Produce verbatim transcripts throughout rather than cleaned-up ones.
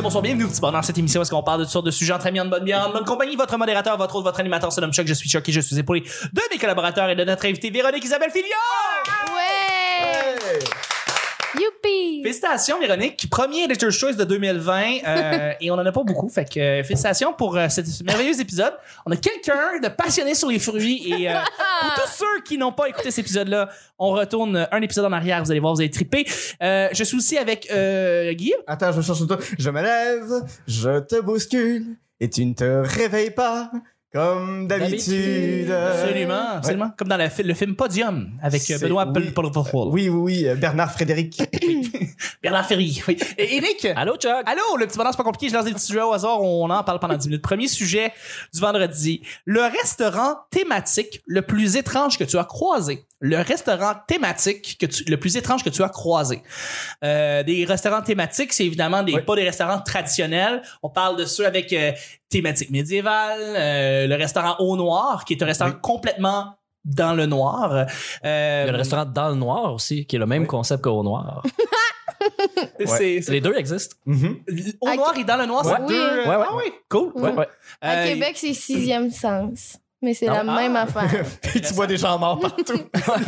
bonsoir, bienvenue au petit bonheur dans cette émission où est-ce qu'on parle de toutes sortes de sujets entre amis, en bonne bière, en bonne compagnie. Votre modérateur, votre autre, votre animateur, c'est l'homme Chuck, je suis Chuck et je suis épaulé de mes collaborateurs et de notre invitée Véronique Isabelle Filion! Ouais! Hey! Youpi! Félicitations Véronique, premier Editor's Choice de deux mille vingt euh, et on en a pas beaucoup, fait que euh, félicitations pour euh, cet merveilleux épisode. On a quelqu'un de passionné sur les fruits et euh, pour tous ceux qui n'ont pas écouté cet épisode-là, on retourne un épisode en arrière, vous allez voir, vous allez triper. Euh, je suis aussi avec euh, Guy. Attends, je cherche toi. Je me lève, je te bouscule et tu ne te réveilles pas comme d'habitude. Absolument, absolument. Ouais. Comme dans le, fi- le film Podium avec euh, C'est- Benoît oui. Pelletier. Oui, oui, oui, Bernard Frédéric. Bernard Ferry. Oui. Et Eric. Allô, Chuck? Allô, le petit bonheur, c'est pas compliqué. Je lance des petits sujets au hasard. On en parle pendant dix minutes. Premier sujet du vendredi. Le restaurant thématique le plus étrange que tu as croisé. Le restaurant thématique que tu, le plus étrange que tu as croisé. Euh, des restaurants thématiques, c'est évidemment des, Oui. pas des restaurants traditionnels. On parle de ceux avec euh, thématique médiévale. Euh, le restaurant Au Noir, qui est un restaurant Oui. complètement dans le noir. Euh, Il y a le restaurant Dans le Noir aussi, qui est le même Oui. concept qu'Au Noir. c'est, c'est- Les deux existent. Mhm. Au Noir et dans le noir, Ouais. c'est deux. Ouais, ouais. Ah oui, cool. Ouais. Ouais. À Euh, Québec, c'est sixième sens. Mais c'est Non. la même affaire. Puis tu vois des gens morts partout.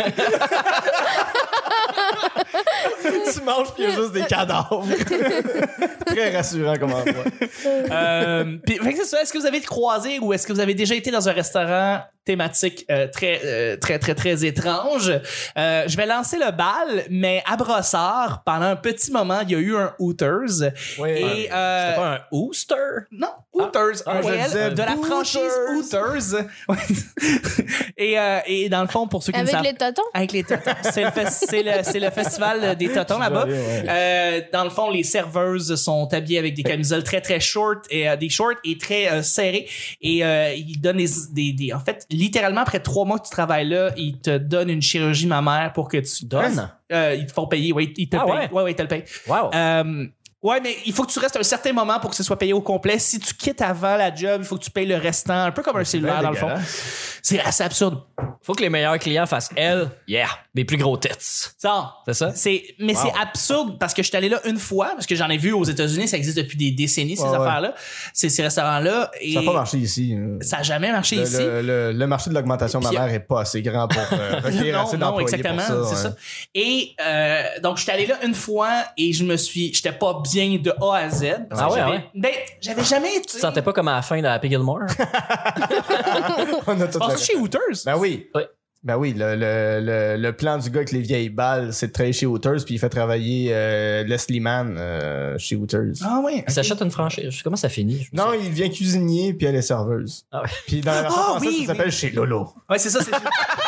Tu manges puis il y a juste des cadavres. Très rassurant comme endroit. Euh, puis, fait que c'est ça. Est-ce que vous avez croisé ou est-ce que vous avez déjà été dans un restaurant thématique euh, très, euh, très, très, très étrange? Euh, je vais lancer le bal, mais à Brossard, pendant un petit moment, il y a eu un Hooters. Oui. Et, euh, C'est pas un Ooster? non, Hooters, Ah, un je réel, disais de la Hooters. franchise Hooters. Ouais. et, euh, et dans le fond, pour ceux qui Avec ne savent les totons? avec les totons. C'est le, fes- c'est le, c'est le festival des totons là-bas. Joyeux, ouais. Euh, dans le fond, les serveuses sont habillées avec des camisoles très très short et euh, des shorts et très euh, serrés. Et euh, ils donnent des, des, des, en fait, littéralement après trois mois que tu travailles là, ils te donnent une chirurgie mammaire pour que tu Donne? Euh, ils te font payer. Oui, ils te Ah payent. ouais? Ouais, ouais, ils te le payent. Wow. Euh, ouais, mais il faut que tu restes un certain moment pour que ce soit payé au complet. Si tu quittes avant la job, il faut que tu payes le restant, un peu comme un cellulaire dans le fond. C'est assez absurde. Faut que les meilleurs clients fassent elle, yeah, des plus gros tits. Ça, C'est ça? c'est, mais Wow. c'est absurde parce que je suis allé là une fois, parce que j'en ai vu aux États-Unis, ça existe depuis des décennies, ces Ouais, ouais. affaires-là, ces, ces restaurants-là. Et Ça n'a pas marché ici. euh. ça a jamais marché Le, ici. le, le, le marché de l'augmentation Puis- mammaire est pas assez grand pour euh, recueillir assez non, non, d'employés exactement, pour ça. c'est ouais. ça. Et euh, donc, je suis allé là une fois et je me suis, j'étais pas bien de A à Z. parce Ah que ouais, j'avais, ouais. ben, j'avais jamais été. Tu te sentais pas comme à la fin de Happy Gilmore? On a tout Penses-tu le- chez Hooters? Ben oui. Oui. Ben oui, le, le, le, le plan du gars avec les vieilles balles, c'est de travailler chez Hooters, puis il fait travailler euh, Leslie Mann euh, chez Hooters. Ah oui. Il s'achète une franchise. Comment ça finit? Je me Non, souviens. il devient cuisinier, puis elle est serveuse. Ah ouais. Puis dans la version Ah française, oui, ça s'appelle oui. Chez Lolo. Ouais, c'est ça, c'est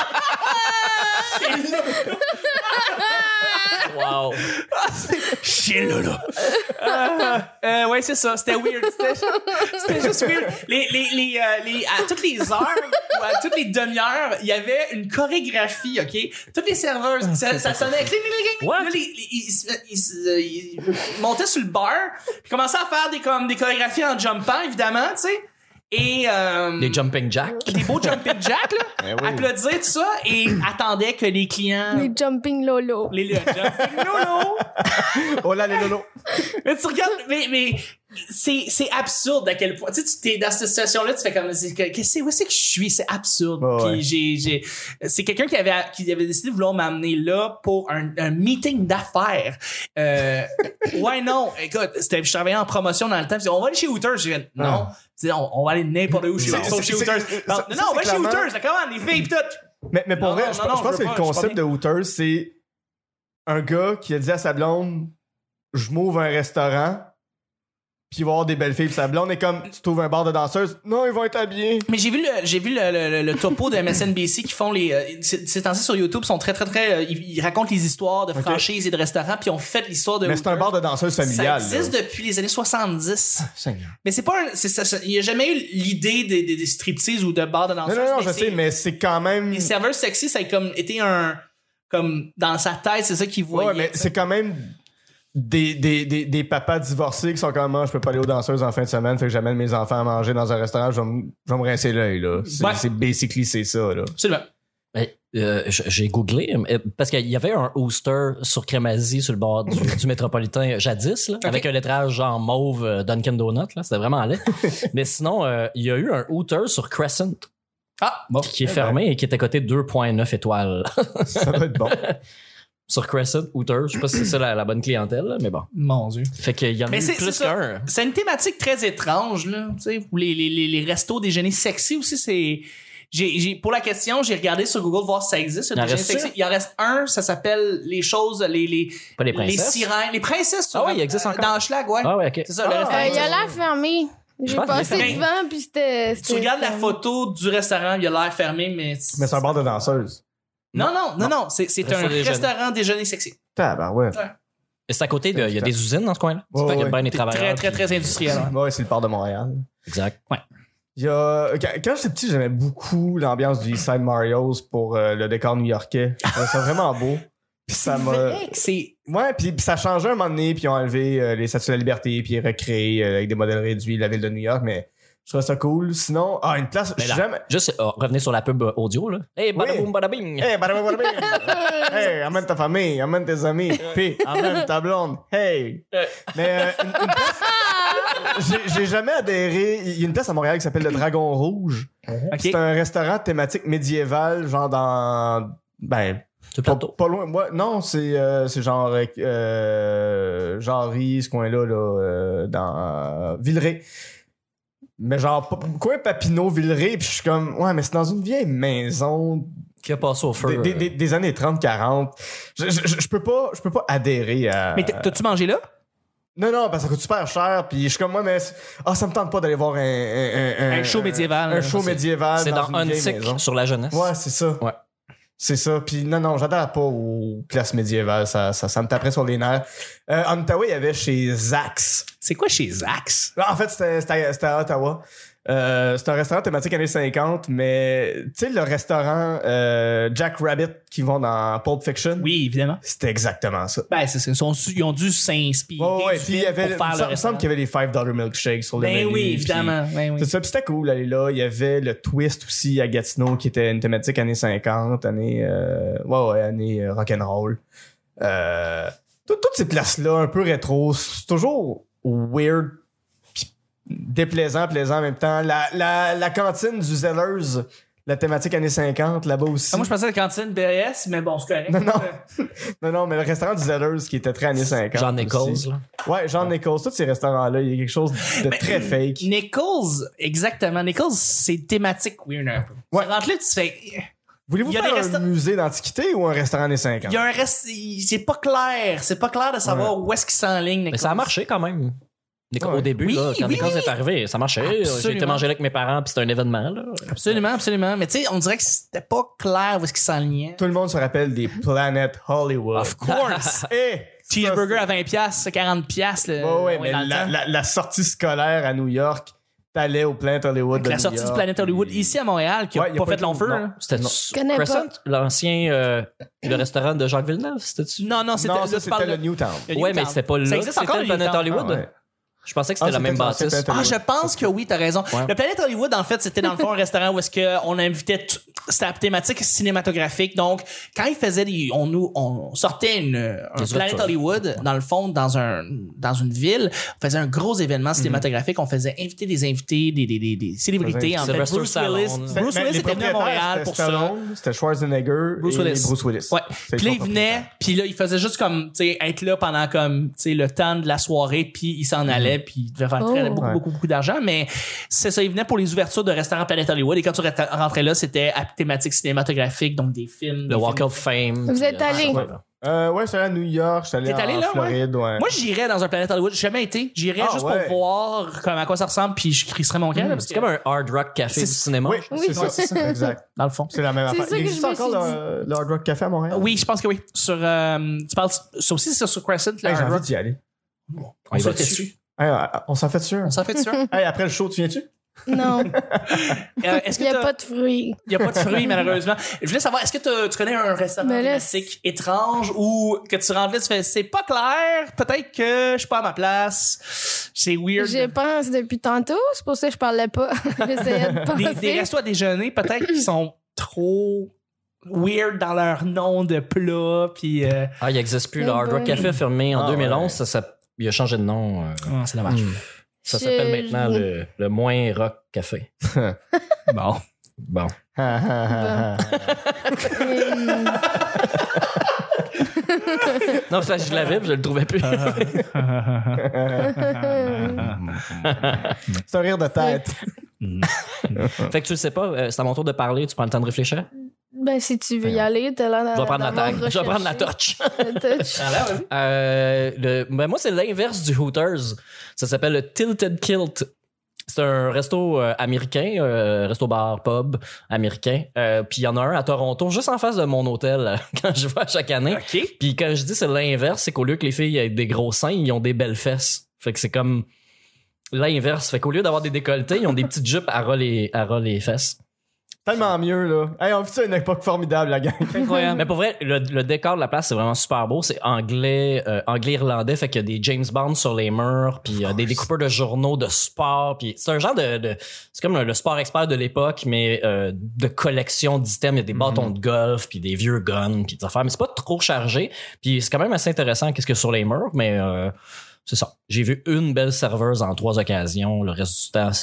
Wow. Chez Lolo. Euh, euh, ouais, c'est ça. C'était weird. C'était, c'était juste weird. Les, les, les, euh, les, à toutes les heures ou à toutes les demi-heures, il y avait une chorégraphie, OK? Toutes les serveuses, ça, ça sonnait. Cling, cling, cling, cling. What? Là, les- les- ils, se- ils se- ils montaient sur le bar, puis commençaient à faire des, comme, des chorégraphies en jumpant, évidemment, tu sais. Et euh, Des jumping jacks. des beaux jumping jacks, là. Eh oui. Applaudir, tout ça, et attendaient que les clients... Les jumping lolo. Les, les jumping lolo. Oh là, les Lolo. Mais tu regardes, mais, mais c'est, c'est absurde à quel point. Tu sais, tu t'es dans cette situation-là, tu fais comme, c'est- qu'est-ce que, où c'est que je suis? C'est absurde. Ouais, Puis ouais. j'ai, j'ai, c'est quelqu'un qui avait, qui avait décidé de vouloir m'amener là pour un, un meeting d'affaires. Euh, ouais, non. Écoute, c'était, je travaillais en promotion dans le temps. Je disais, on va aller chez Hooters. J'ai dit, non. Ah. Je dis, on, on va aller n'importe où chez, C'est- sauf chez c'est- Hooters. c'est- Non, ça- non, ça, on va c'est chez clairement- Hooters. Là, comment, les filles, pis tout. Mais, mais pour Non, vrai, non, je, non, je non, pense je veux que pas, le je suis pas concept de Hooters, c'est un gars qui a dit à sa blonde, je m'ouvre un restaurant, puis il va y avoir des belles filles, puis sa blonde est comme, tu trouves un bar de danseuses, non, ils vont être habillés. Mais j'ai vu le j'ai vu le, le, le, le topo de M S N B C qui font les euh, c'est c'est temps-ci sur YouTube, sont très très très euh, ils, ils racontent les histoires de Ok. franchises et de restaurants, puis ils ont fait l'histoire de Mais c'est un bar de danseuses ça familiales. existe là. depuis les années soixante-dix. Seigneur. Mais c'est pas un, c'est ça, ça- il y a jamais eu l'idée des, des, des striptease ou de bars de Non, danseuses. non, non, mais je c'est- sais, mais c'est quand même. les serveurs sexy, ça a comme été un comme dans sa tête, c'est ça qu'ils voyaient. Ouais, mais c'est quand même des, des, des, des papas divorcés qui sont comme moi, je peux pas aller aux danseuses en fin de semaine, fait que j'amène mes enfants à manger dans un restaurant, je vais me, je vais me rincer l'œil, là. C'est, Ouais. c'est basically, c'est ça, là. Absolument. Mais Euh, j- j'ai googlé euh, parce qu'il y avait un Ooster sur Crémazie sur le bord du, du métropolitain jadis là, Ok. avec un lettrage genre mauve euh, Dunkin' Donut là, c'était vraiment laid. Mais sinon euh, il y a eu un Hooter sur Crescent Ah, bon. qui est fermé et qui est à côté deux virgule neuf étoiles. Ça doit être bon. Sur Crescent Hooter, je sais pas si c'est ça la, la bonne clientèle là, mais bon. Mon Dieu. Fait qu'il y en a Mais eu c'est- c'est plus ça. qu'un. C'est une thématique très étrange, là. Tu sais, où les, les, les, les restos déjeuners sexy aussi, c'est. J'ai, j'ai, pour la question, j'ai regardé sur Google voir si ça existe. Il en le déjeuner reste sexy. ça? Il en reste un, ça s'appelle les choses, les, les, Pas les les princesses. sirènes, les princesses. Ah oui, il existe euh, encore. Dans Hochelag, ouais. Ah ouais, ok. C'est ça, le Ah, restaurant. Euh, il a l'air fermé. J'ai pense passé qu'il est fermé. devant, puis c'était. Tu c'était regardes la fermé. photo du restaurant, il a l'air fermé, mais. Mais c'est un bar de danseuse. Non, non, non, non. C'est, c'est un Resto déjeuner. restaurant déjeuner sexy. Ah, ouais. Et c'est à côté de, il y a des usines dans ce coin-là. Ouais, C'est fait qu'il y a ouais. bien des Très, travailleurs. très, puis- très industriel. hein. Ouais, c'est le port de Montréal. Exact. Il y a... Quand quand j'étais petit, j'aimais beaucoup l'ambiance du East Side Mario's pour euh, le décor new-yorkais. Je trouvais ça vraiment beau. Puis ça C'est m'a... vrai que c'est. Ouais, puis, puis ça a changé un moment donné, puis ils ont enlevé euh, les statues de la liberté, puis ils recréé euh, avec des modèles réduits la ville de New York, mais je trouvais ça cool. Sinon, ah, une place, Mais je là, suis jamais... Juste euh, revenez sur la pub euh, audio là. Hey, badaboum badabing. Hey, bada, bada, bada. Hey, amène ta famille, amène tes amis, puis amène ta blonde. Hey. Mais euh, une, une place, j'ai, j'ai jamais adhéré. Il y a une place à Montréal qui s'appelle le Dragon Rouge. Ok. C'est un restaurant thématique médiéval, genre dans, ben, C'est pas, plateau. pas loin. Moi, non, c'est, euh, c'est genre, euh, Jarry, ce coin-là, là, euh, dans euh, Villeray. Mais genre, pa- coin Papineau, Villeray, puis je suis comme, ouais, mais c'est dans une vieille maison Qui a passé au feu. des, des, euh, des- des années trente quarante. Je, je, je- je peux pas, je peux pas adhérer à. Mais t'as- t'as-tu mangé là? Non, non, parce que ça coûte super cher. Puis je suis comme moi, mais c'est- ah, ça me tente pas d'aller voir un un, Un show médiéval, Un là. show C'est- médiéval. C'est dans une vieille Huntsick maison. sur la jeunesse. Ouais, c'est ça. Ouais. C'est ça. Puis non, non, j'adhère pas aux classes médiévales. Ça, ça, ça me taperait sur les nerfs. Euh, en Ottawa, il y avait chez Zax. C'est quoi chez Zax? En fait, c'était, c'était, c'était à Ottawa. Euh, c'est un restaurant thématique années cinquante, mais tu sais, le restaurant euh, Jack Rabbit qui vont dans Pulp Fiction, Oui, évidemment. c'était exactement ça. Ben, c'est ça. Ils, sont su- ils ont dû s'inspirer. Ouais, ouais, du puis il y film avait, pour faire il me semble- il le me restaurant. semble qu'il y avait les five dollar milkshakes sur le Ben menu. oui, puis évidemment. Ben oui. tout ça, puis c'était cool d'aller là. Il y avait le Twist aussi à Gatineau qui était une thématique années cinquante, années, euh, ouais, ouais, années euh, rock'n'roll. Euh, tout- toutes ces places-là, un peu rétro, c'est toujours weird, puis déplaisant, plaisant en même temps. La, la, la cantine du Zellers, la thématique années cinquante, là-bas aussi. Ah, moi, je pensais à la cantine B S, mais bon, c'est correct. Non, non. non, non, mais le restaurant du Zellers qui était très années cinquante. Jean Nichols, aussi. là. Ouais, Jean Nichols, tous ces restaurants-là, il y a quelque chose de très fake. Nichols, exactement. Nichols, c'est thématique weird un peu. Ouais. Tu rentres là, tu fais. Voulez-vous il y a faire des un resta- musée d'antiquité ou un restaurant années cinquante? Il y a un reste. il- C'est pas clair. C'est pas clair de savoir où est-ce qu'il s'enligne, Nichols. Mais ça a marché quand même. Nico- Ouais. Au début, Oui, là, quand oui. Nichols est arrivé, ça marchait. J'ai été Absolument. manger là avec mes parents, puis c'était un événement. Là. Absolument, absolument. Mais tu sais, on dirait que c'était pas clair où est-ce qu'il s'enlignait. Tout le monde se rappelle des Planet Hollywood. Of course. Eh, Cheeseburger ça, à vingt piastres, quarante piastres. c'est- Ouais, ouais, mais dans le la, temps. la- la sortie scolaire à New York, t'allais au Planet Hollywood. de La New sortie du York, Planet Hollywood puis- ici à Montréal, qui a Ouais, y a pas pas fait eu- long feu. non. hein. C'était connais Crescent, l'ancien euh, le restaurant de Jacques Villeneuve, c'était-tu? Non, non, c'était Non, là, ça, tu c'était parles le de- Newtown. le Ouais, mais Newtown. c'était pas là. Ça existe C'était encore, le le Planet Newtown. Hollywood. Ah, ouais. Je pensais que Ah, c'était la c'était même dans l'ancien bâtisse. Planet Ah, je pense que oui, t'as raison. Ouais. Le Planet Hollywood, en fait, c'était dans le fond un restaurant où est-ce qu'on invitait. t- C'était la thématique cinématographique. Donc, quand ils faisaient des. On, nous, on sortait une, un Des Planet ouvertures. Hollywood, dans le fond, dans, un, dans une ville, on faisait un gros événement cinématographique. On faisait inviter des invités, des, des, des, des célébrités. En fait, Sylvester Bruce Stallone. Willis. C'était- Bruce Ben, Willis les était venu à propriétaires, Montréal c'était pour ça. Stallone, C'était Schwarzenegger Bruce et Willis. Bruce Willis. Ouais. C'est Puis là, les il venait, puis là, il faisait juste comme, tu sais, être là pendant comme, tu sais, le temps de la soirée, puis il s'en allait, puis il devait faire très- Oh. beaucoup, Ouais. beaucoup, beaucoup d'argent. Mais c'est ça, il venait pour les ouvertures de restaurants Planet Hollywood. Et quand tu reta- rentrais là, c'était à thématique cinématographique, donc des films. des Le Walk films. of Fame. Vous puis, êtes euh, allé? ouais. Euh, ouais, j'étais allé à New York, j'étais allé T'es allé en là, ouais? Floride, ouais. Moi, j'irais dans un Planet Hollywood. J'ai jamais été. J'irais Ah, juste ouais. pour voir comme à quoi ça ressemble, puis je crisserais mon camp. là, parce C'est que, comme un hard rock café C'est- du cinéma. Oui, Oui. c'est ça, c'est ça, exact. dans le fond. C'est la même C'est affaire. ça Il que existe je me encore suis le, le Hard Rock Café à Montréal? Oui, je pense que oui. Sur, euh, tu parles, ça aussi, c'est sur Crescent, le Hey, j'ai Hard envie Rock. d'y aller. On y s'en va fait dessus. dessus. Hey, on s'en fait sûr. On s'en fait dessus. Hey, après le show, tu viens-tu? Non, Euh, Est-ce il n'y que a t'as- pas de fruits. Il n'y a pas de fruits, malheureusement. Je voulais savoir, est-ce que t'as- tu connais un restaurant Mais là, thématique étrange ou que tu rentres là, tu fais, c'est pas clair, peut-être que je suis pas à ma place, c'est weird. Je pense depuis tantôt, c'est pour ça que je parlais pas. J'essayais de penser. Des, des restos à déjeuner, peut-être, qui sont trop weird dans leur nom de plat. Puis, euh, Ah, il n'existe plus. Eh Le Hard Rock ben. Café a fermé en Ah, deux mille onze. ouais. Ça, ça- il a changé de nom. euh, oh, c'est dommage. Hmm. ça Je- s'appelle maintenant le, le Moins Rock Café. Bon. Bon. Hum, Non, ça, je l'avais, puis je le trouvais plus. C'est un rire de tête. Fait que tu le sais pas, euh, c'est à mon tour de parler, tu prends le temps de réfléchir? Ben, si tu veux y aller, t'as l'air Je vais prendre la tag, je vais prendre la touch. touch. Euh, le, ben moi, c'est l'inverse du Hooters. Ça s'appelle le Tilted Kilt. C'est un resto euh, américain, euh, resto bar pub américain. Euh, Puis il y en a un à Toronto, juste en face de mon hôtel, euh, quand je vais chaque année. OK. Puis quand je dis c'est l'inverse, c'est qu'au lieu que les filles aient des gros seins, ils ont des belles fesses. Fait que c'est comme l'inverse. Fait qu'au lieu d'avoir des décolletés, ils ont des petites jupes à ras les, à ras les fesses. Tellement mieux, là. Hey, on vit ça une époque formidable, la gang. Incroyable. Mais pour vrai, le, le décor de la place, c'est vraiment super beau. C'est anglais, euh, anglais-irlandais. Fait qu'il y a des James Bond sur les murs, puis euh, des découpeurs de journaux de sport. Puis c'est un genre de... de c'est comme le, le sport expert de l'époque, mais euh, de collection d'items. Il y a des bâtons de golf, puis des vieux guns, puis des affaires. Mais c'est pas trop chargé. Puis c'est quand même assez intéressant qu'est-ce qu'il y a sur les murs, mais... Euh, c'est ça. J'ai vu une belle serveuse en trois occasions. Le reste du temps...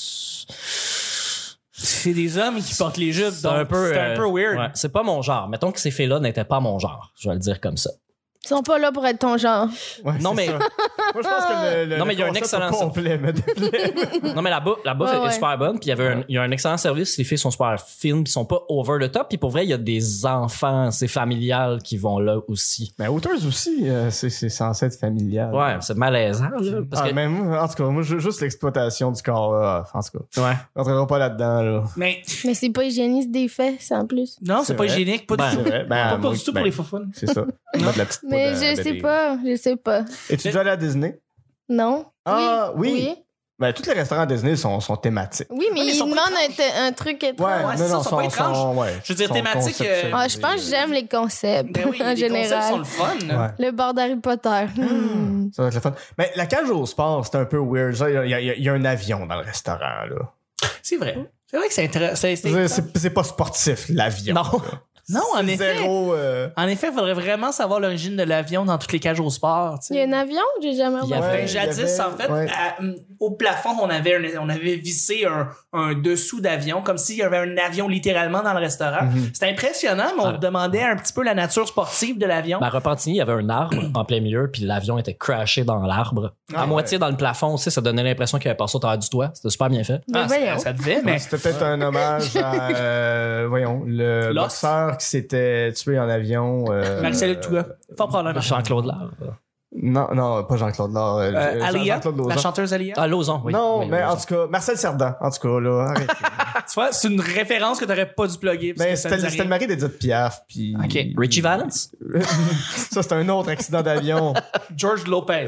C'est des hommes qui portent les jupes, C'est donc un peu, c'est un peu euh, weird. ouais, c'est pas mon genre. Mettons que ces filles-là n'étaient pas mon genre. Je vais le dire comme ça. Ils sont pas là pour être ton genre. Ouais, Non, c'est mais- ça. Moi, je pense que le, le, Non, mais le il y a un concept excellent- au complet, me déplaît. Non, mais la bouffe, la bouffe Ouais, est, est ouais. super bonne. Puis il y avait un, il y a un excellent service. Les filles sont super fines. Puis ils sont pas over the top. Puis pour vrai, il y a des enfants, c'est familial qui vont là aussi. Mais Hooters aussi, euh, c'est c'est censé être familial. Ouais, c'est malaisant, là. Parce Ah, que, mais moi, en tout cas, moi, ju- juste l'exploitation du corps, là, en tout cas. ouais. On rentrera pas là-dedans, là. Mais Mais c'est pas hygiéniste des fesses, en plus. non, c'est C'est pas vrai. hygiénique, pas Ben, du tout. C'est vrai. Ben, Pas, pas moi, du tout ben, pour les faufounes. C'est ça. Mettre la petite Mais poudre à- je à sais bébé. pas, je sais pas. Es-tu déjà allé à Disney? Non? Ah, oui. Oui, Ben, tous les restaurants à Disney sont, sont thématiques. oui mais Ouais, mais ils ils sont pas demandent un, te- un truc étrange. Ouais, c'est ça, ils sont pas étranges. ouais, Je veux dire, sont thématique, conceptualisés. Ah, je pense que j'aime les concepts, Ben oui, en les général. concepts sont le fun. là. Ouais. Le bord d'Harry Potter. Hmm. Ça va être le fun. Mais la cage au sport, c'est un peu weird. Il y, a- il y a- il y a un avion dans le restaurant, là. C'est vrai. C'est vrai que c'est intéressant. C'est- C'est c'est- c'est pas sportif, l'avion. Non. là. Non, en C'est effet. Zéro. euh, En effet, il faudrait vraiment savoir l'origine de l'avion dans toutes les cages au sport. tu sais. Il y a un avion? J'ai jamais Il y remarqué. avait- Ben, jadis, il y avait- en fait, ouais. à- hum, au plafond, on avait, un- on avait vissé un, un dessous d'avion, comme s'il y avait un avion littéralement dans le restaurant. Mhm. C'était impressionnant, mais on Ah. demandait un petit peu la nature sportive de l'avion. Ben, à Repentigny, il y avait un arbre en plein milieu, puis l'avion était crashé dans l'arbre. Ah à ouais. moitié dans le plafond aussi, ça donnait l'impression qu'il avait passé au travers du toit. C'était super bien fait. Mais Ah, voyons. ça, ça devait, mais C'était peut-être un hommage à, euh, voyons, le Lost. boxeur qui s'était tué en avion. Euh, Marcel Touga. Fort problème. Jean-Claude Lard. Non, non, pas Jean-Claude Lard. euh, Euh, Jean- Alia, Jean-Claude la Lauzon. chanteuse Alia. Ah, Lauson, oui. Non, Oui, mais en Lauson. tout cas, Marcel Cerdan, en tout cas, là, arrêtez. Tu vois, c'est une référence que t'aurais pas dû plugger. parce Mais que ça c'était disait c'était le rien. mari d'Edith Piaf, puis... Ok. Richie Valens? Ça, c'est un autre accident d'avion. George Lopez.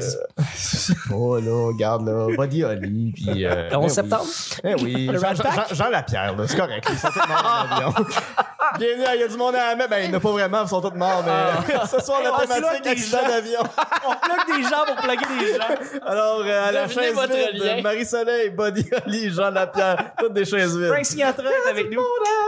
Oh là, regarde là, Buddy Holly, puis... Euh, Le onze ben septembre? Oui. Eh oui, Le Jean, Rat Jean, Pack? Jean, Jean Lapierre, là, c'est correct. Ils sont tous morts en avion. Bienvenue, il y a du monde à la mettre. Ben, il n'y en a pas vraiment, ils sont tous morts, mais ce soir, Hey, on la plug thématique des accident gens. d'avion. On plug des gens pour plugger des gens. Alors, euh, à la Devinez chaise votre vide, lien. Marie-Soleil, Buddy Holly, Jean Lapierre, toutes des chaises vides. Frank Sinatra est avec nous.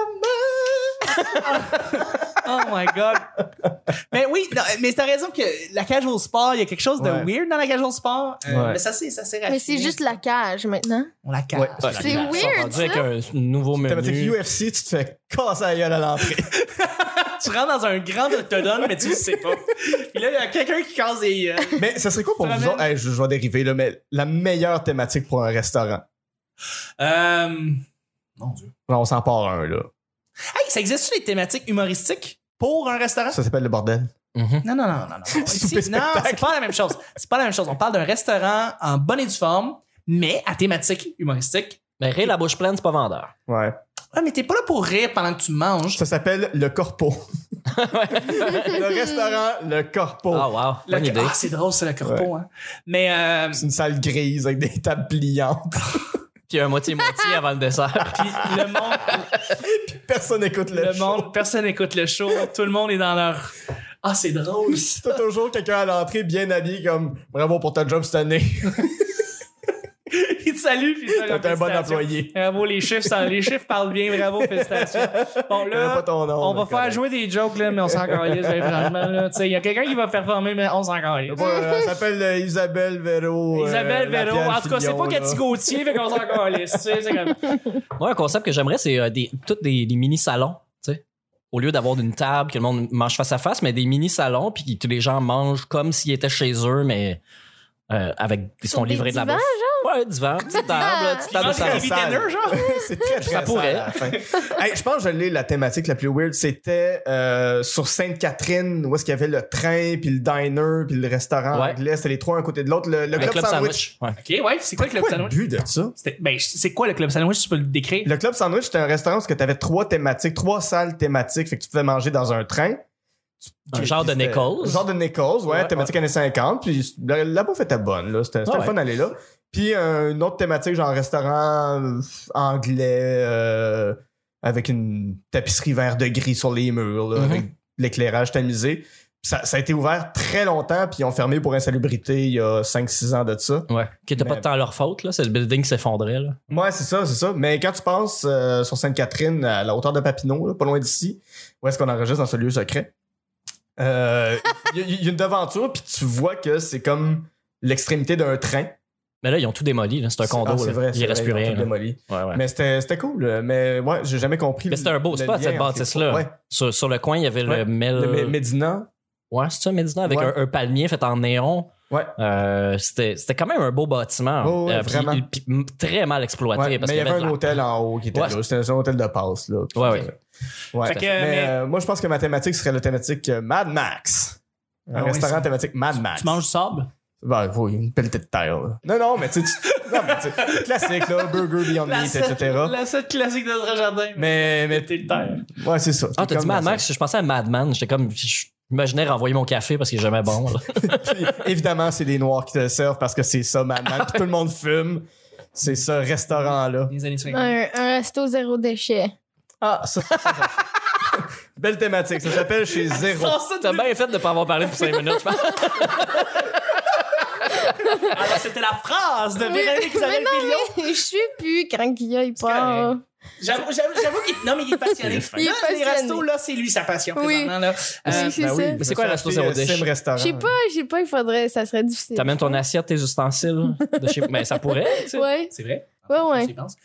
Oh my god. Mais oui, non, mais t'as raison que la cage au sport, il y a quelque chose de Ouais. weird dans la cage au sport. Euh, Ouais. Mais ça, c'est ça, c'est Mais c'est juste la cage maintenant. On la cage. Ouais. C'est Ils sont weird, rendus avec ça. un nouveau Thématique menu. U F C, tu te fais casser la gueule à l'entrée. Tu rentres dans un grand octogone, mais tu le sais pas. Puis là, il y a quelqu'un qui casse des... euh, Mais ça serait quoi pour Ça vous ramène- autres? Hey, je, je vais dériver, là, mais la meilleure thématique pour un restaurant. Euh... Mon Dieu. Genre, on s'en part un, là. Hey, ça existe-tu des thématiques humoristiques pour un restaurant? Ça s'appelle le bordel. Mhm. Non, non, non, non, non. Souper Ici, non, spectacle. c'est pas la même chose. C'est pas la même chose. On parle d'un restaurant en bonne et due forme, mais à thématique humoristique. Mais rire la bouche pleine, c'est pas vendeur. Ouais. Ouais, mais t'es pas là pour rire pendant que tu manges. Ça s'appelle le corpo. le restaurant, le corpo. Ah, wow. Le- Bonne idée. Ah, c'est drôle, c'est le corpo, hein. Mais, euh, C'est une salle grise avec des tables pliantes. Puis un moitié-moitié avant le dessert. puis le monde, Personne n'écoute le, le show. monde, personne n'écoute le show. Tout le monde est dans leur... Ah, c'est drôle. T'as toujours quelqu'un à l'entrée bien habillé comme bravo pour ta job cette année. Il te salue. Puis ça, T'es un bon félicitations. employé. Bravo, les chiffres, ça- les chiffres parlent bien, bravo, félicitations. Bon, Il y a là, pas ton nom, on va mais faire correct. jouer des jokes, là, mais on s'en calisse, hein, franchement, là. Tu sais, il y a quelqu'un qui va performer, mais on s'en calisse. Euh, Elle s'appelle euh, Isabelle Véro. Isabelle euh, Véro, Lapierre en tout cas, c'est Fillon, pas là. Cathy Gauthier, fait qu'on s'en calisse, tu sais, c'est comme... Moi, un concept que j'aimerais, c'est euh, des, tous des, des mini-salons, tu sais. Au lieu d'avoir une table que le monde mange face à face, mais des mini-salons, puis que tous les gens mangent comme s'ils étaient chez eux, mais euh, avec ils sont Sur des livrés de la divans, bouffe. Ouais, divan, petite table, petite table de Mange salon. des dinner, genre? C'est très, très Ça pourrait. sale à la fin. Hey, je pense que je l'ai, la thématique la plus weird. C'était euh, sur Sainte-Catherine, où est-ce qu'il y avait le train, puis le diner, puis le restaurant Ouais. anglais. C'était les trois un côté de l'autre. Le, le Le club, club sandwich. sandwich. Ouais. OK, ouais, c'est quoi le club Quoi le sandwich? but de ça? C'était- Ben, c'est quoi le club sandwich, tu peux le décrire? Le club sandwich, c'était un restaurant où tu avais trois thématiques, trois salles thématiques. Fait que tu pouvais manger dans un train. Un Puis genre de c'était- Nichols. Un genre de Nichols, ouais, Ouais, thématique années cinquante. Puis la, la bouffe était bonne, là. C'était c'était Ouais, le fun d'aller là. Puis euh, une autre thématique, genre restaurant euh, anglais, euh, avec une tapisserie vert de gris sur les murs, là, Mhm. avec l'éclairage tamisé. Puis Ça, ça a été ouvert très longtemps, puis ils ont fermé pour insalubrité il y a cinq six ans de ça. Ouais. Qui était pas Mais- tant leur faute, là. C'est le building qui s'effondrait, là. Ouais, c'est ça, c'est ça. Mais quand tu penses euh, sur Sainte-Catherine, à la hauteur de Papineau, là, pas loin d'ici, où est-ce qu'on enregistre dans ce lieu secret, euh, il y, a- il y a une devanture, puis tu vois que c'est comme l'extrémité d'un train. Mais là, ils ont tout démoli, là. C'est un condo, Ah, c'est là. vrai, Il c'est reste vrai, plus ils ont rien, tout là. démoli. Ouais, ouais. Mais c'était c'était cool. là. Mais ouais, j'ai jamais compris. Mais c'était un beau le spot, lien cette entre les bâtisse-là. trois. Ouais. Sur, sur le coin, il y avait Ouais. le Mel... Le Mé- Médina. Ouais, c'est ça, Médina, avec Ouais. un, un palmier fait en néon. Ouais. Euh, c'était, c'était quand même un beau bâtiment. Oh, ouais, Euh, puis- vraiment. puis m- très mal exploité. Ouais, parce mais il y qu'il avait un de la- hôtel en haut qui était Ouais. là. C'était un hôtel de passe. Là. Puis, Ouais, ouais. euh, ouais. Fait que, mais, mais- euh, moi, je pense que ma thématique serait la thématique euh, Mad Max. Un Ah oui, restaurant c'est- thématique Mad Max. Tu manges du sable? Ben, oui, une pelletée de terre. Là. Non, non, mais tu sais, tu- non, mais tu sais, classique, là, burger, Beyond Meat, et cetera. La seule classique de notre jardin. Mais, mais, T'es le terre. ouais, c'est ça. Ah, C'est t'as dit comme Mad ça. Max, je pensais à Madman. J'étais comme. Je m'imaginais renvoyer mon café parce qu'il est jamais bon. là. Puis, évidemment, c'est des noirs qui te le servent parce que c'est ça, Mad Max. Puis tout le monde fume. C'est ce restaurant-là. Les années cinquante. Un, un resto zéro déchet. Ah, ça. ça, ça. Belle thématique. Ça s'appelle chez Zéro. Sans ça, T'as bien fait de pas avoir parlé pour cinq minutes, je pense. Alors, c'était la phrase de Mais- Véronique mais Isabelle non, Pillon. Je suis plus quand il y a, il correct. part. J'avoue, j'avoue, j'avoue qu'il non, mais il est passionné. Il est fin. Il est Là, les passionné. restos, là, c'est lui sa passion Oui. présentement. Là. Oui, Euh, c'est Ben ça. oui, Mais c'est quoi le resto zéro déchet? Sim restaurant. Je sais pas, je sais pas, il faudrait, ça serait difficile. T'amènes ton assiette, tes ustensiles de chez. Mais ça pourrait, tu sais. Ouais, C'est vrai? ouais, Tu ouais. y penses?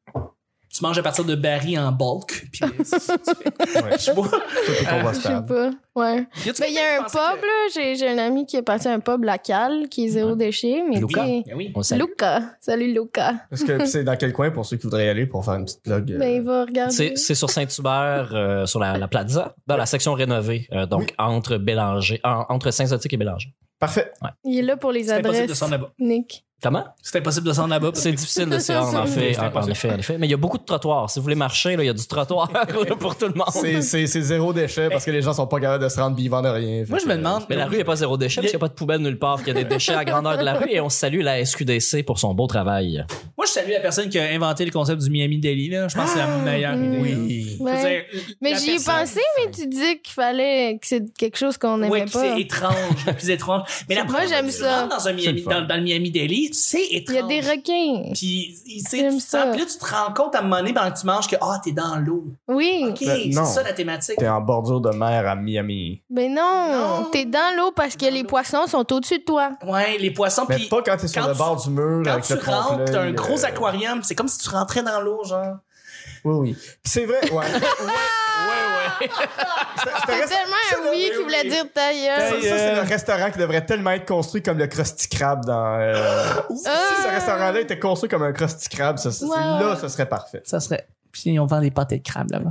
Tu manges à partir de barils en bulk. Puis, euh, c'est- c'est- tu fais- Ouais. je sais pas. Tout est Je sais convostable. pas, ouais. Y a-tu Ben, il y a quelqu'un un qui pensait pub, que- là. J'ai, j'ai un ami qui est parti à un pub local qui est zéro déchet, mais Luca. tu sais- Ben oui. On le salue. Luca. Salut, Luca. Est-ce que c'est dans quel coin pour ceux qui voudraient y aller pour faire une petite plug? euh, Ben, il va regarder. C'est, c'est sur Saint-Hubert, euh, sur la, la plaza, dans la section rénovée, euh, donc Oui. entre Bélanger, en- entre Saint-Zotique et Bélanger. Parfait. Il est là pour les C'est impossible de adresses. se rendre là-bas. Nick. Comment? C'est impossible de se rendre là-bas. C'est difficile de s'y rendre, en fait, C'est en, en impossible. effet, en effet. Mais il y a beaucoup de trottoirs. Si vous voulez marcher, là, il y a du trottoir là, pour tout le monde. C'est, c'est, c'est zéro déchet parce que les gens sont pas capables de se rendre vivants de rien. Moi, Fait je me que, demande. Mais la rue n'est pas zéro déchet parce qu'il n'y a pas de poubelle nulle part, qu'il y a des déchets à grandeur de la rue et on salue la S Q D C pour son beau travail. Moi, je salue la personne qui a inventé le concept du Miami Deli. Là. Je pense que c'est la meilleure Mm. idée. Oui. Je veux Ouais. dire, Mais la j'y ai personne- pensé, mais tu dis qu'il fallait que c'est quelque chose qu'on n'aimait Ouais, puis pas. c'est étrange, le plus étrange. Mais la Moi, première j'aime fois que tu ça. rentres dans, un Miami, C'est le fun. dans, dans le Miami Deli, c'est Il étrange. y a des requins. Puis, il- tu sais, J'aime tu te sens- ça. puis là, tu te rends compte à un moment donné pendant que tu manges que ah, t'es dans l'eau. Oui. OK, Ben, c'est non. ça la thématique. T'es en bordure de mer à Miami. Ben non, Non. t'es dans l'eau parce que les poissons sont au-dessus de toi. Ouais, les poissons. Mais Puis pas quand t'es sur quand le tu- bord du mur quand avec tu le rentres, trompe-l'œil, t'as un gros euh, aquarium. C'est comme si tu rentrais dans l'eau, genre. Oui, oui. Puis c'est vrai, ouais. Ouais, ouais. C'était- c'était C'est rest- tellement ça, un là, oui oui, qui voulait oui. dire ta Ça, gueule. ça, c'est le restaurant qui devrait tellement être construit comme le Krusty Krab dans. euh, Si ce restaurant-là était construit comme un Krusty Krab, ça, ça- Ouais. là, ça serait parfait. Ça serait. Puis on vend des pâtés de crabe là-bas.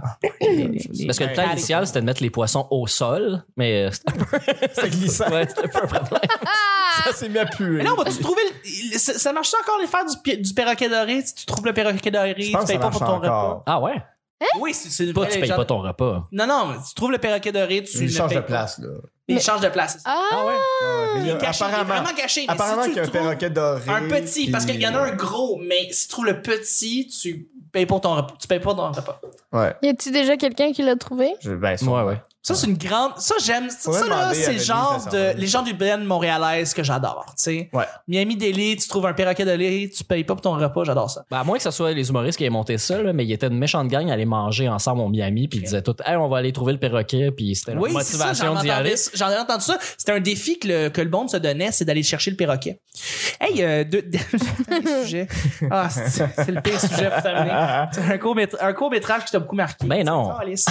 Parce que le plan initial, c'était de mettre les poissons au sol, mais euh, c'était un peu, C'est glissant. ouais, c'était un peu un problème. Ça s'est mis à puer. Mais là, on va-tu trouver. Le... le- Ça ça marche encore les faire du, pi- du perroquet doré? Si tu trouves le perroquet doré, Je tu pense que payes ça pas marche pour ton encore. repas. Ah ouais? Oui, c'est c'est une Pas, vraie tu payes légende. pas ton repas. Non, non, tu trouves le perroquet doré, tu Il le change payes de pas. place, là. Il Mais- change de place. c'est ça. Ah, Ouais, Il mais est caché, il est apparemment, vraiment caché. Mais apparemment si qu'il y tu a un le trouves, perroquet doré. un petit, puis- parce qu'il y en a un gros, mais si tu trouves le petit, tu payes pas ton repas. Tu payes pas ton repas. Ouais. y a-tu déjà quelqu'un qui l'a trouvé? Je, ben, Ouais, sûrement. ouais. Ça, c'est une grande. Ça, j'aime. Ça, Faudrait ça, là, demander à c'est le Denis, genre ça, de. ça. Les gens du brand montréalaise que j'adore, tu sais. Ouais. Miami-Dade, tu trouves un perroquet de lait, tu payes pas pour ton repas, j'adore ça. Ben, à moins que ce soit les humoristes qui aient monté ça, là, mais il était une méchante gang à aller manger ensemble au Miami, puis ils disaient tout, hey, on va aller trouver le perroquet, puis c'était leur Oui, c'est ça, motivation j'en d'y aller. entendais- J'en ai entendu ça. C'était un défi que le, que le monde se donnait, c'est d'aller chercher le perroquet. Hey, euh, deux, deux sujets. Ah, c'est, c'est le pire sujet pour terminer. C'est un court, un court métrage qui t'a beaucoup marqué. Ben non. Oh, Alice.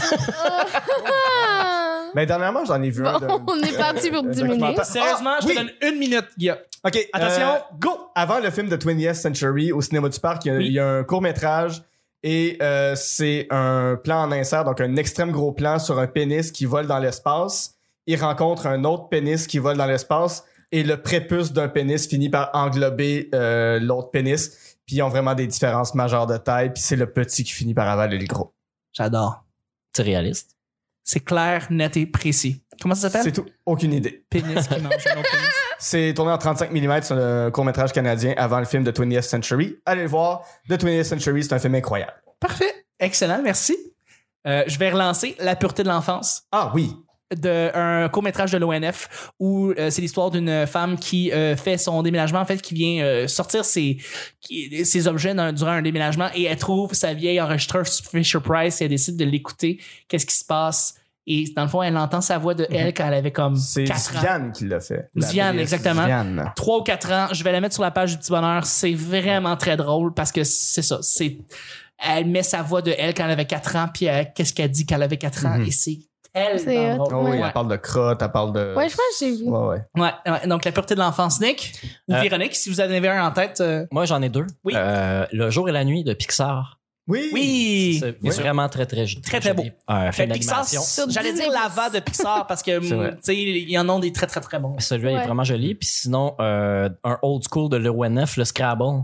Ah! Mais dernièrement, j'en ai vu un. Bon, de- on est parti pour euh, dix documentaire. minutes. Sérieusement, Ah, je oui. te donne une minute, Guillaume. OK. Attention, euh, go! Avant le film de twentieth Century au cinéma du parc, il y a, Oui. il y a un court-métrage et euh, c'est un plan en insert, donc un extrême gros plan sur un pénis qui vole dans l'espace. Il rencontre un autre pénis qui vole dans l'espace et le prépuce d'un pénis finit par englober euh, l'autre pénis. Puis ils ont vraiment des différences majeures de taille. Puis c'est le petit qui finit par avaler le gros. J'adore. C'est réaliste. C'est clair, net et précis. Comment ça C'est s'appelle? tout. Aucune idée. Pénis qui mange un autre pénis. C'est tourné en trente-cinq millimètres sur le court-métrage canadien avant le film de twentieth Century. Allez le voir. The twentieth Century, c'est un film incroyable. Parfait. Excellent, merci. Euh, je vais relancer La pureté de l'enfance. Ah oui. De un court-métrage de l'O N F où euh, c'est l'histoire d'une femme qui euh, fait son déménagement, en fait, qui vient euh, sortir ses, qui- ses objets dans- durant un déménagement et elle trouve sa vieille enregistreuse Fisher-Price et elle décide de l'écouter. Qu'est-ce qui se passe? Et dans le fond, elle entend sa voix de elle quand elle avait comme C'est quatre ans. Diane qui l'a fait. La Diane, actrice exactement. Diane. trois ou quatre ans. Je vais la mettre sur la page du Petit Bonheur. C'est vraiment très drôle parce que c'est ça. C'est, elle met sa voix de elle quand elle avait quatre ans puis elle- qu'est-ce qu'elle dit quand elle avait quatre ans Mhm. et c'est C'est tellement hot. drôle. Oh oui, Ouais. elle parle de crotte, elle parle de. Ouais, je pense que j'ai vu. Ouais, ouais. Ouais, ouais. Donc, la pureté de l'enfance, Nick ou Euh, Véronique, si vous en avez un en tête. euh, Moi, j'en ai deux. Oui. Euh, le jour et la nuit de Pixar. Oui. Oui! C'est Oui. vraiment très, très, Très, très beau. joli. Un Fait film Pixar, d'animation. Sur j'allais Disney+. dire Lava de Pixar parce que, C'est vrai. tu sais, il y en a des très, très, très bons. Celui-là Ouais. est vraiment joli. Puis sinon, euh, un old school de l'O N F, le Scrabble.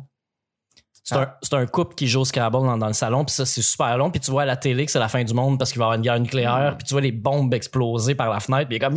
C'est Ah. un, c'est un couple qui joue au Scrabble dans, dans le salon, puis ça, c'est super long. Puis tu vois à la télé que c'est la fin du monde parce qu'il va y avoir une guerre nucléaire, puis tu vois les bombes exploser par la fenêtre, puis il est comme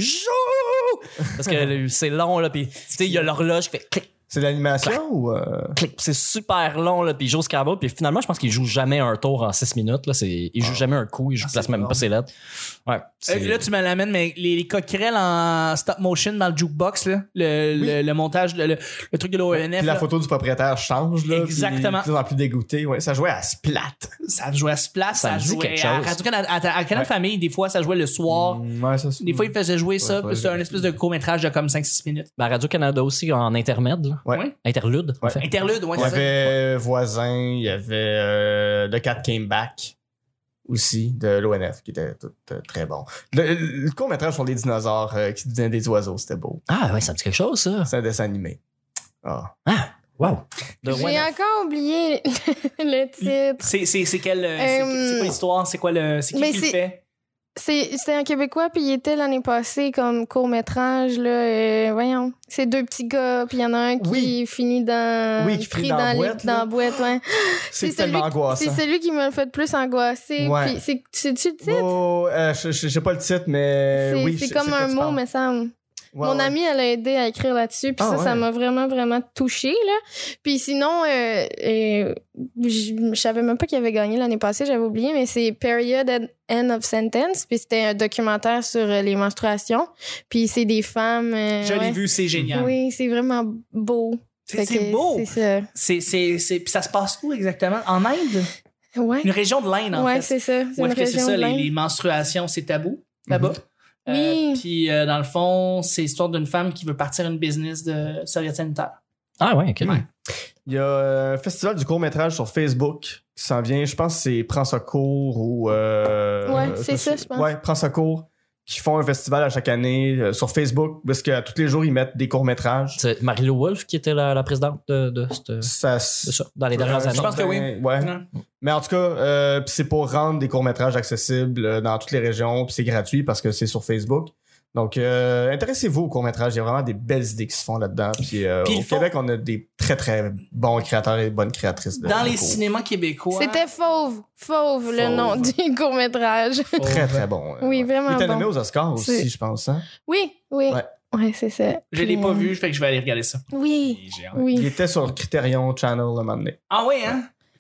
Joue! Parce que c'est long, là, puis tu sais, il y a l'horloge qui fait clic, C'est de l'animation ou. euh, clic. C'est super long, là, puis il joue au Scrabble, puis finalement, je pense qu'il joue jamais un tour en six minutes. Là, c'est, il joue jamais un coup, il joue Ah, place c'est même bon. pas ses lettres. Ouais. c'est- Euh, là, tu me l'amènes, mais les, les coquerelles en stop motion dans le jukebox, là, le, le, le montage, le, le, le truc de l'O N F, Puis la là, photo du propriétaire change, là. Exactement. Puis de plus en plus dégoûté. Ouais, ça jouait à Splat. ça jouait à Splash, ça, Ça me dit jouait quelque à chose. Radio-Canada, à, à Canal Ouais. Famille, des fois, ça jouait le soir. Mm, ouais, ça, c'est- Des fois, ils faisaient jouer ça, Ouais, puis c'est ouais. un espèce de court-métrage de comme cinq six minutes. Ben, Radio-Canada aussi en intermède. Là. Ouais. Ouais. Interlude, en Ouais. fait. Interlude, ouais, Il y c'est ça. avait Voisin, il y avait euh, The Cat Came Back aussi de l'O N F qui était tout euh, très bon. Le, le court-métrage sur les dinosaures euh, qui devenaient des oiseaux, c'était beau. Ah, ouais, ça me dit quelque chose, ça. C'est un dessin animé. Ah. Wow. De J'ai One- encore oublié le titre. C'est, c'est, c'est quel, euh, c'est, Euh, c'est quoi l'histoire? C'est quoi le, c'est qui mais qui le c'est- fait? C'est c'est un Québécois, puis il était l'année passée comme court-métrage, là. euh, voyons. C'est deux petits gars, puis il y en a un qui Oui. finit dans. Oui, qui finit pris dans la les- boîte, dans là. la boîte, ouais. C'est celui tellement qui- angoissant. C'est celui qui m'a fait le plus angoisser. Ouais. Puis c'est- c'est-tu le titre? Oh, euh, je je- je sais pas le titre, mais c'est oui. c'est je- comme je sais un que tu mot, parles. mais ça. Ouais, Mon ouais. amie, elle a aidé à écrire là-dessus, puis Ah, ça, ça ouais. m'a vraiment, vraiment touchée, là. Puis sinon, euh, euh, je je savais même pas qu'il avait gagné l'année passée, j'avais oublié, mais c'est Period and End of Sentence, puis c'était un documentaire sur euh, les menstruations, puis c'est des femmes... euh, Je l'ai ouais. vu, c'est génial. Oui, c'est vraiment beau. C'est, Fait c'est que beau. C'est ça. C'est, c'est, c'est, puis ça se passe où exactement? En Inde? Ouais, Une région de l'Inde, en ouais fait. c'est ça. C'est Où une est-ce que c'est région ça, de les, l'Inde. les menstruations, c'est tabou là-bas? Euh, Oui. Puis, euh, dans le fond, c'est l'histoire d'une femme qui veut partir une business de serviette sanitaire. Ah, ouais, ok. Ouais. Il y a un festival du court-métrage sur Facebook qui s'en vient. Je pense que c'est Prends secours ou. Euh, Ouais, euh, c'est ça, je pense. Ouais, Prends secours. Qui font un festival à chaque année euh, sur Facebook parce qu'à tous les jours, ils mettent des courts-métrages. C'est Marie-Lou Wolfe qui était la, la présidente de, de, cette- Ça, de ça, dans les dernières Euh, années. Je pense que oui. Ouais. Ouais. Mais en tout cas, euh, pis c'est pour rendre des courts-métrages accessibles euh, dans toutes les régions, puis c'est gratuit parce que c'est sur Facebook. Donc, euh, intéressez-vous aux courts-métrages. Il y a vraiment des belles idées qui se font là-dedans. Puis, euh, Puis au ils font- Québec, on a des très, très bons créateurs et bonnes créatrices. De Dans de les courts. cinémas québécois. C'était Fauve. Fauve, le Fauve. nom du court-métrage. Très, très bon. euh, Oui, ouais. vraiment Il était bon. nommé aux Oscars aussi, C'est- je pense. Hein? Oui, oui. Ouais. Ouais, c'est ça. Je l'ai Puis, pas euh, vu, fait que je vais aller regarder ça. Oui, J'ai hâte. Il oui. était sur Criterion Channel un moment donné. Ah oui, hein?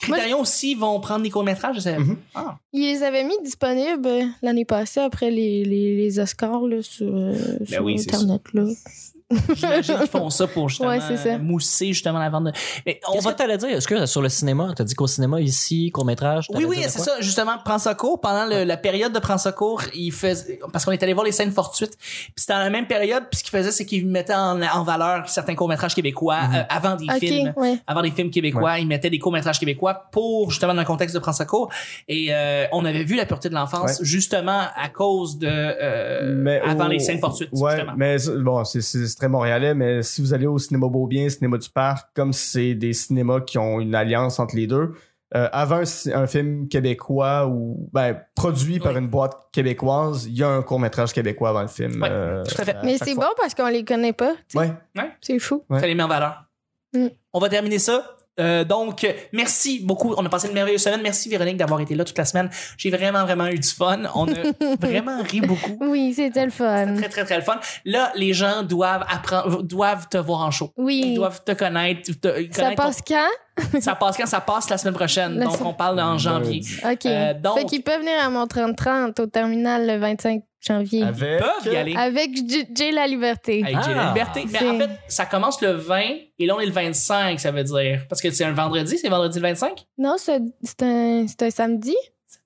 Criterion aussi vont prendre des courts-métrages, je sais. Mhm. Ah. Ils les avaient mis disponibles euh, l'année passée après les, les, les Oscars là, sur, euh, sur oui, c'est Internet. Là. J'imagine qu'ils font ça pour justement Ouais, c'est ça. mousser justement la vente de... Mais on Qu'est-ce va que t'allais dire? Est-ce que sur le cinéma, t'as dit qu'au cinéma ici, court-métrage? Oui, oui, c'est ça, justement, Prends ça court. Pendant le, la période de Prends ça court, il faisait, parce qu'on est allé voir les scènes fortuites, puis c'était dans la même période, puis ce qu'il faisait, c'est qu'il mettait en, en valeur certains courts-métrages québécois Mm-hmm. euh, avant des Ok, films. ouais. Avant des films québécois, il mettait des courts-métrages québécois pour, justement, dans le contexte de Prends ça court. Et euh, on avait vu La pureté de l'enfance, Ouais. justement, à cause de... Euh, Mais avant au- les scènes fortuites, Ouais, justement. mais c'est- bon, c'est c'est c'est très montréalais, mais si vous allez au cinéma Beaubien, cinéma du Parc, comme c'est des cinémas qui ont une alliance entre les deux, euh, avant un, ci- un film québécois ou ben produit par Oui. une boîte québécoise, il y a un court-métrage québécois avant le film. Ouais, euh, tout à fait. à Mais chaque c'est fois. bon parce qu'on les connaît pas. tu sais. Ouais. C'est fou. Ouais. Ça les met en valeur. Mm. On va terminer ça. Euh, donc, merci beaucoup. On a passé une merveilleuse semaine. Merci Véronique d'avoir été là toute la semaine. J'ai vraiment, vraiment eu du fun. On a vraiment ri beaucoup. Oui, c'était le fun. Très, très, très le fun. Là, les gens doivent apprendre, doivent te voir en show. Ils Oui. doivent te connaître. te- Ça connaître passe quand? ton- ça passe quand? Ça passe la semaine prochaine. La Donc, semaine- on parle en janvier. OK. Euh, donc- Fait qu'ils peuvent venir à mon trente trente au terminal le vingt-cinq janvier. Avec Ils peuvent y aller. Avec J- Jay La Liberté. Avec J'ai la Ah. liberté. Mais C'est- en fait, ça commence le vingt et là, on est le vingt-cinq, ça veut dire. Parce que c'est un vendredi, c'est vendredi le vingt-cinq? Non, c'est c'est un, c'est un samedi.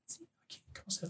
Comment ça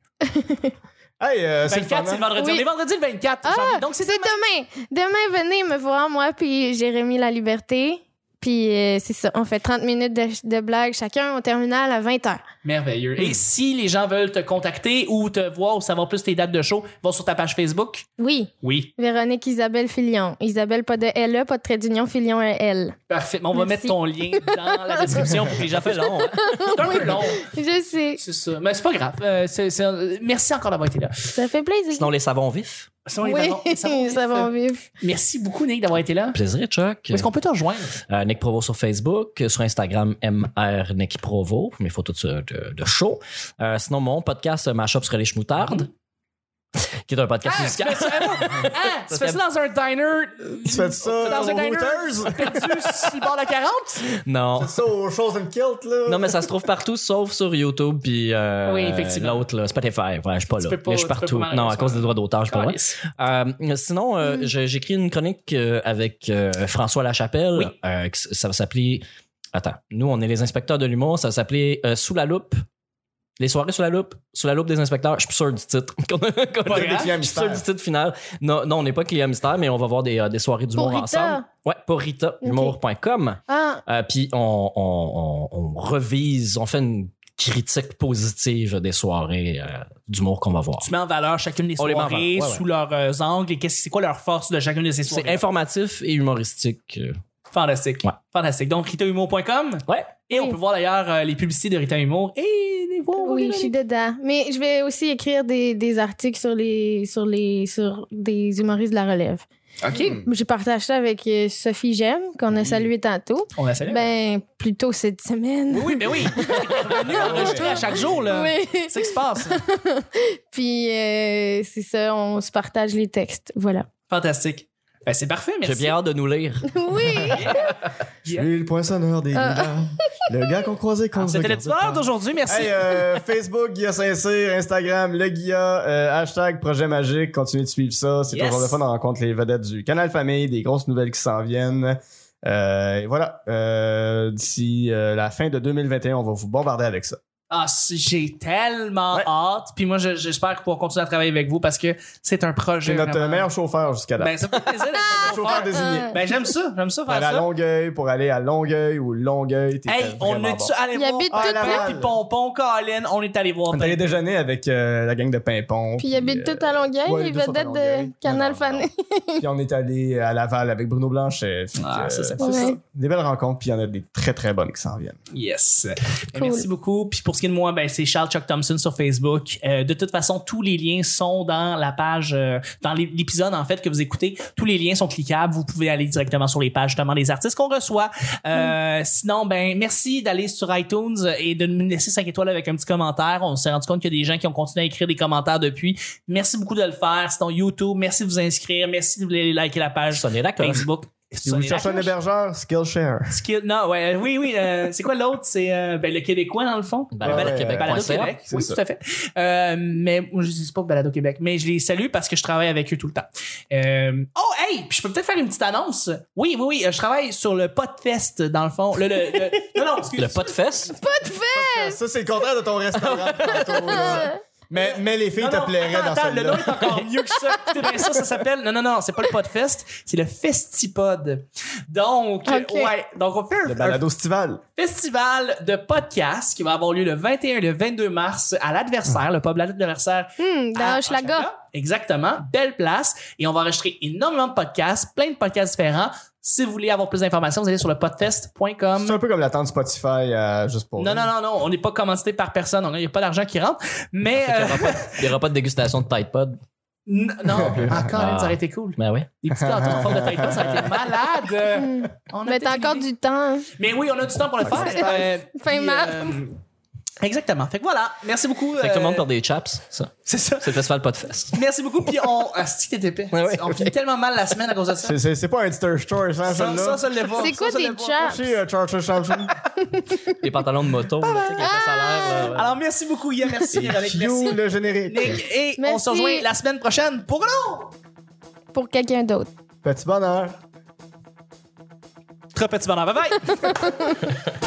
va? Hey, euh, c'est le vingt-quatre, c'est fun, le hein? vendredi. Oui. On est vendredi le vingt-quatre Ah, janvier. Donc, c'est C'est demain. Demain, venez me voir, moi, puis Jérémy La Liberté. Puis euh, c'est ça, on fait trente minutes de, de blagues chacun au terminal à vingt heures. merveilleux. Et si les gens veulent te contacter ou te voir ou savoir plus tes dates de show, va sur ta page Facebook. Oui, Oui. Véronique Isabelle Filion. Isabelle, pas de L E, pas de trait d'union, Filion, un L. Parfait. On va Merci. mettre ton lien dans la description pour que les gens fassent long. hein. C'est un peu long. Je sais. C'est ça. Mais c'est pas grave. Euh, c'est- c'est- merci encore d'avoir été là. Ça fait plaisir. Sinon, les savons vifs. Sinon, les oui, savons- les savons ça va vifs. vif. Merci beaucoup, Nick, d'avoir été là. Plaisir, Chuck. Où est-ce qu'on peut te rejoindre? Euh, Nick Provo sur Facebook, sur Instagram, M R Nick Provo, mes photos de, de, de show. Euh, sinon, mon podcast, euh, Mashup sur les schmoutardes, qui est un podcast Ah, tu musical. fais ça, ah, tu fais ça dans un diner. Tu fais ça Dans un aux diner Hooters? perdu sur le bord de quarante? Non. Tu fais ça aux Shows and Kilt, là? Non, mais ça se trouve partout sauf sur YouTube puis euh, Oui, effectivement. l'autre, là, Spotify. Ouais, je suis pas Tu là. peux pas- mais je suis tu peux partout. pas mal Non, à raison. cause des droits d'auteur, je suis pas là. Calice. Euh, sinon, euh, j'ai- j'écris une chronique euh, avec euh, François Lachapelle. Oui. Euh, qui s- ça va s'appeler... Attends, nous, on est les inspecteurs de l'humour. Ça va s'appeler euh, Sous la loupe. Les soirées sous la loupe. Sous la loupe des inspecteurs. Je suis plus sûr du titre. qu'on a- qu'on Pas a- grave. Je suis sûr du titre final. Non, non on n'est pas client mystère, mais on va voir des, euh, des soirées d'humour Pour Rita. ensemble. Ouais, pour Rita, humour point com. Ah, Euh, Puis on, on, on, on revise, on fait une critique positive des soirées euh, d'humour qu'on va voir. Tu mets en valeur chacune des On les met en soirées valeur, ouais, sous leurs euh, angles et qu'est-ce c'est quoi leur force de chacune de ces C'est soirées. informatif et humoristique. euh. Fantastique. Ouais. Fantastique. Donc, rita humour point com. Ouais. Et on Oui. peut voir d'ailleurs euh, les publicités de Rita Humour. Et les voir. oui, je suis dedans. Mais je vais aussi écrire des, des articles sur les sur les sur des humoristes de la relève. OK. J'ai partagé ça avec euh, Sophie Gemme, qu'on a salué tantôt. On a salué. Ben, plutôt cette semaine. Oui, oui, ben oui. T'es revenu enregistrer à chaque jour, là. Oui. C'est ce qui se passe. Puis, euh, c'est ça, on se partage les textes. Voilà. Fantastique. Ben, c'est parfait, J'ai merci. bien hâte de nous lire. Oui! Je suis le poinçonneur des Ah. lilas. Le gars qu'on croisait qu'on se C'était le regardait petit bonheur pas. d'aujourd'hui, merci. Hey, euh, Facebook, Guilla Saint-Cyr, Instagram, le Guilla, euh, hashtag Projet Magique, continuez de suivre ça. C'est Yes. toujours le fun, on rencontre les vedettes du Canal Famille, des grosses nouvelles qui s'en viennent. Euh, et voilà, euh, d'ici euh, la fin de deux mille vingt et un, on va vous bombarder avec ça. Ah, si, j'ai tellement Ouais. hâte. Puis moi, je- j'espère pouvoir continuer à travailler avec vous parce que c'est un projet. C'est notre vraiment- meilleur chauffeur jusqu'à là. Ben, ça me fait plaisir d'être votre chauffeur chauffeur. désigné. Ben, j'aime ça. J'aime ça Pour faire aller à ça. Longueuil, pour aller à Longueuil ou Longueuil, t'es Hey, on est bon. allé Il voir habite Ah, tout Laval. là. puis Pompon, Colin, on est allé voir. On est allé déjeuner avec euh, la gang de Pimpon. Puis, ils habitent euh, tout à Longueuil, ouais, les tous sont à vedettes Longueuil. de Canal Non, non, non. Famille. Puis on est allé à Laval avec Bruno Blanchet. Fait Ah, que, ça, c'est euh, cool. ça. Ouais. Des belles rencontres, puis il y en a des très très bonnes qui s'en viennent. Yes. Ben, Cool. Merci beaucoup. Puis pour ce qui est de moi, ben, c'est Charles Chuck Thompson sur Facebook. Euh, de toute façon, tous les liens sont dans la page, euh, dans l'é- l'épisode en fait que vous écoutez. Tous les liens sont cliquables. Vous pouvez aller directement sur les pages justement des artistes qu'on reçoit. Euh, Sinon, ben merci d'aller sur iTunes et de nous laisser cinq étoiles avec un petit commentaire. On s'est rendu compte qu'il y a des gens qui ont continué à écrire des commentaires depuis. Merci beaucoup de le faire. Sinon, YouTube, merci de vous inscrire. Merci de vous liker la page Sonnez la cloche. Facebook. Si vous cherchez un hébergeur, Skillshare. Skill... Non, ouais, oui, oui. Euh, c'est quoi l'autre? C'est euh, ben, le Québécois, dans le fond. Balado Ouais, Québec. Balado point C A. Québec. c'est Oui, ça. tout à fait. Euh, mais je ne dis pas Balado Québec, mais je les salue parce que je travaille avec eux tout le temps. Euh, oh, hey! Puis je peux peut-être faire une petite annonce. Oui, oui, oui. Je travaille sur le Podfest, dans le fond. Le, le, le... Non, non, excuse. Le pas de fesses? Ça, c'est le contraire de ton restaurant. tantôt, là. mais, mais les filles Non, te non, plairaient attends, dans attends, le nom celle-là. est encore mieux que ça. Écoutez bien ça, ça s'appelle... Non, non, non, c'est pas le Podfest, c'est le Festipod. Donc, Ok. ouais, donc on fait un, Le un balado estival. festival de podcast qui va avoir lieu le vingt et un et le vingt-deux mars à l'Adversaire, le pub l'Adversaire. Hmm, à dans Hochelaga. Exactement, belle place. Et on va enregistrer énormément de podcasts, plein de podcasts différents. Si vous voulez avoir plus d'informations, vous allez sur le podfest point com. C'est un peu comme l'attente Spotify, euh, juste pour. Non, non, non, non, on n'est pas commandité par personne, il n'y a pas d'argent qui rentre. Mais, Il n'y euh, aura, pas- il y aura pas de dégustation de Tide Pod. n- non, encore, Ah. ça aurait été cool. Ben oui. Des petits gâteaux en forme de tête, ça aurait été malade. On a Mais t'as peut-être encore une idée. du temps. Mais oui, on a du temps pour le faire. Euh, Fin puis, mars. euh, exactement. Fait que voilà, merci beaucoup. Fait que tout le monde euh, perd des chaps, ça. C'est ça. C'est le festival pas de fest. Merci beaucoup. Puis on. Ah, si t'es épais. Ouais, ouais. On finit tellement mal la semaine à cause de ça. C'est- C'est c'est pas un editor store, ça, Ça, celle-là. ça, ça l'est pas. C'est Ça, quoi ça des l'est pas. chaps? Chez euh, Charles Charles Les pantalons de moto, là, tu sais, avec le salaire. là, ouais. Alors, merci beaucoup, Yann. Merci, Véronique. Cue Merci, le générique. Nick. Et on Merci. se rejoint la semaine prochaine pour nous. Pour quelqu'un d'autre. Petit bonheur. Très petit bonheur. Bye bye.